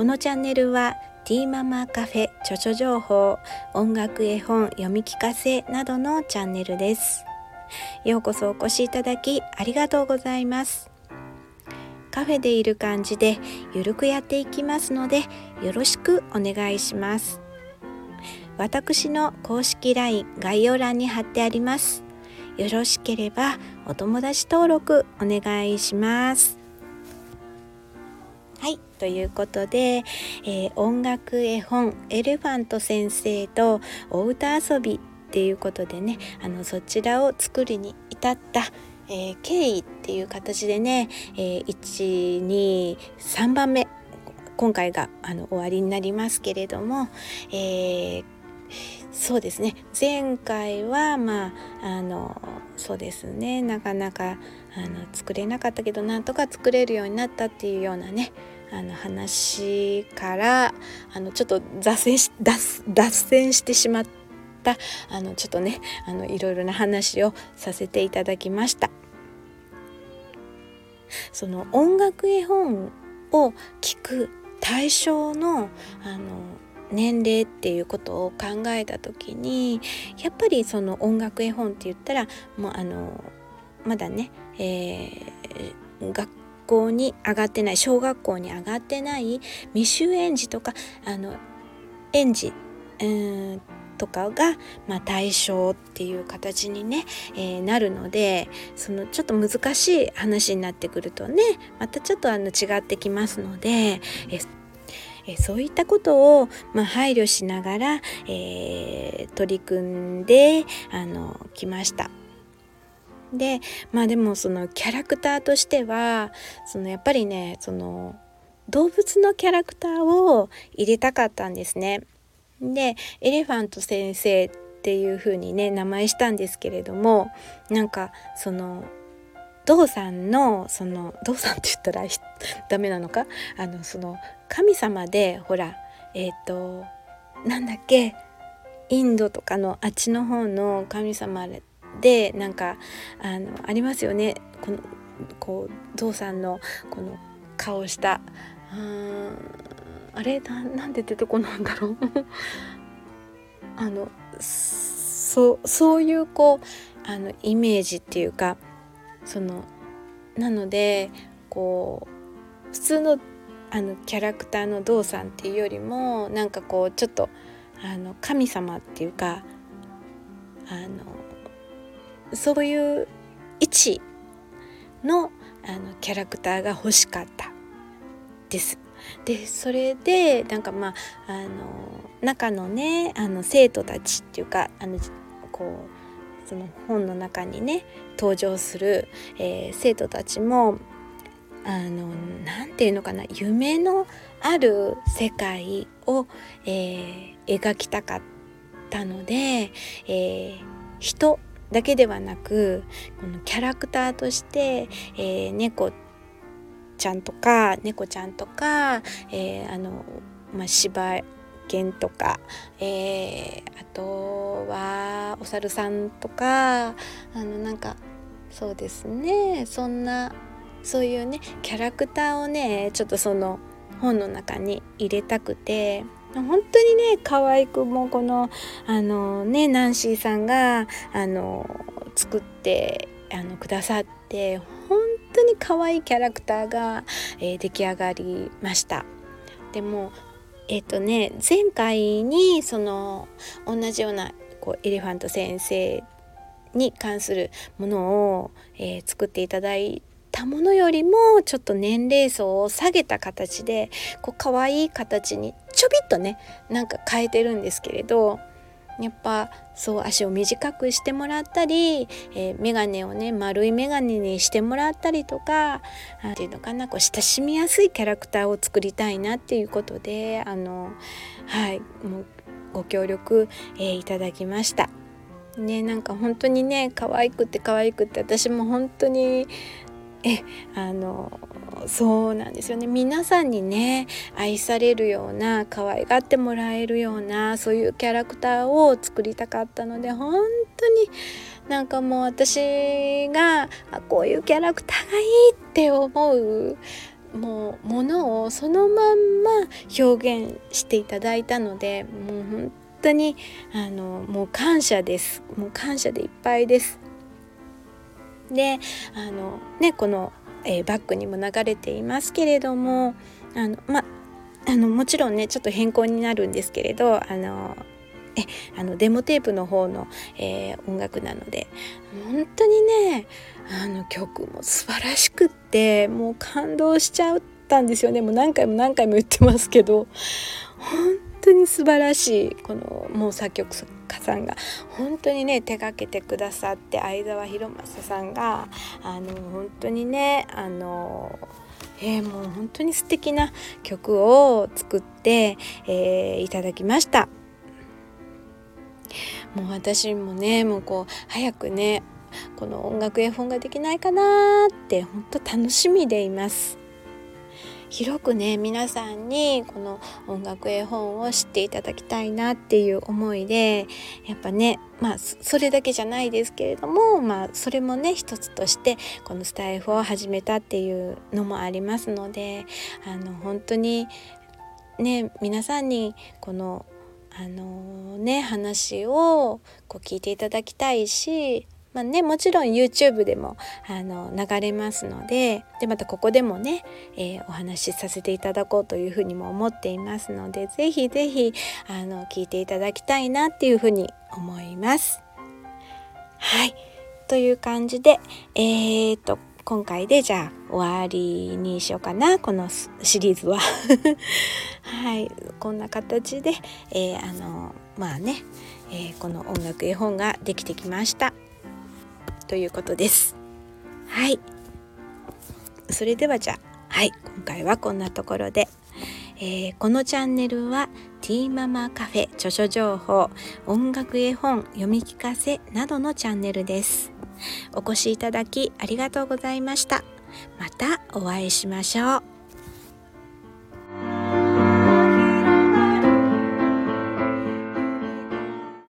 のチャンネルはティーママカフェ、著書情報、音楽、絵本、読み聞かせなどのチャンネルです。ようこそお越しいただきありがとうございます。カフェでいる感じでゆるくやっていきますので、よろしくお願いします。私の公式 LINE 概要欄に貼ってあります。よろしければお友達登録お願いします。はい、ということで、音楽、絵本、エレファント先生とお歌遊びっていうことでね、そちらを作りに至った、経緯っていう形でね、1、2、3番目今回が終わりになりますけれども、そうですね、前回はそうですね、なかなか作れなかったけどなんとか作れるようになったっていうようなね話からちょっと脱線してしまったちょっとねいろいろな話をさせていただきました。その音楽絵本を聞く対象の年齢っていうことを考えた時に、やっぱりその音楽絵本って言ったらもうまだね、学校に上がってない、小学校に上がってない未就園児とか園児とかが、対象っていう形にね、なるので、そのちょっと難しい話になってくるとね、またちょっと違ってきますので、そういったことを、配慮しながら、取り組んできました。で、でもそのキャラクターとしてはやっぱりね動物のキャラクターを入れたかったんですね。で、エレファント先生っていう風にね名前したんですけれども、ドウさんのドウさんって言ったらダメなのか、神様でほらなんだっけ、インドとかのあっちの方の神様でありますよね、ゾウさんのこの顔したあれなんで出てこないんだろうそういうイメージっていうか、なので普通のキャラクターのゾウさんっていうよりもちょっと神様っていうかそういう位置のキャラクターが欲しかったです。でそれで中のね生徒たちっていうかその本の中にね登場する、生徒たちもなんていうのかな、夢のある世界を、描きたかったので、人だけではなくこのキャラクターとして、猫ちゃんとか柴犬とか、あとはお猿さんとかそうですね、そういうねキャラクターをねちょっとその本の中に入れたくて、本当にね可愛くもこのナンシーさんが作ってくださって、本当に可愛いキャラクターが、出来上がりました。でも前回に同じようなエレファント先生に関するものを、作っていただいたものよりもちょっと年齢層を下げた形で可愛い形にちょびっとね変えてるんですけれど、やっぱ足を短くしてもらったり、メガネをね丸いメガネにしてもらったりとかっていうのかな、親しみやすいキャラクターを作りたいなっていうことでもうご協力、いただきましたね。本当にね可愛くて私も本当にそうなんですよね。皆さんにね愛されるような、可愛がってもらえるような、そういうキャラクターを作りたかったので、本当にもう私がこういうキャラクターがいいって思うもうものをそのまんま表現していただいたので、もう本当にもう感謝です。もう感謝でいっぱいです。でこの、バックにも流れていますけれども、もちろんねちょっと変更になるんですけれど、デモテープの方の、音楽なので、本当にね曲も素晴らしくって、もう感動しちゃったんですよね。もう何回も言ってますけど、本当に素晴らしい、このもう作曲家さんが本当にね手掛けてくださって、相沢弘正さんが本当にねもう本当に素敵な曲を作って、いただきました。もう私もねもうこう早くねこの音楽絵本ができないかなって本当楽しみでいます。広くね皆さんにこの音楽絵本を知っていただきたいなっていう思いで、やっぱねそれだけじゃないですけれども、それもね一つとしてこのスタイフを始めたっていうのもありますので、本当にね皆さんにこの話をこう聞いていただきたいし、もちろん YouTube でも流れますので、またここでもね、お話しさせていただこうというふうにも思っていますので、ぜひぜひ聞いていただきたいなっていうふうに思います。はい、という感じで今回でじゃあ終わりにしようかな、このシリーズははい、こんな形で、この音楽絵本ができてきましたということです。はい、それではじゃあ、今回はこんなところで、このチャンネルはティーママカフェ、著書情報、音楽絵本、読み聞かせなどのチャンネルです。お越しいただきありがとうございました。またお会いしましょう。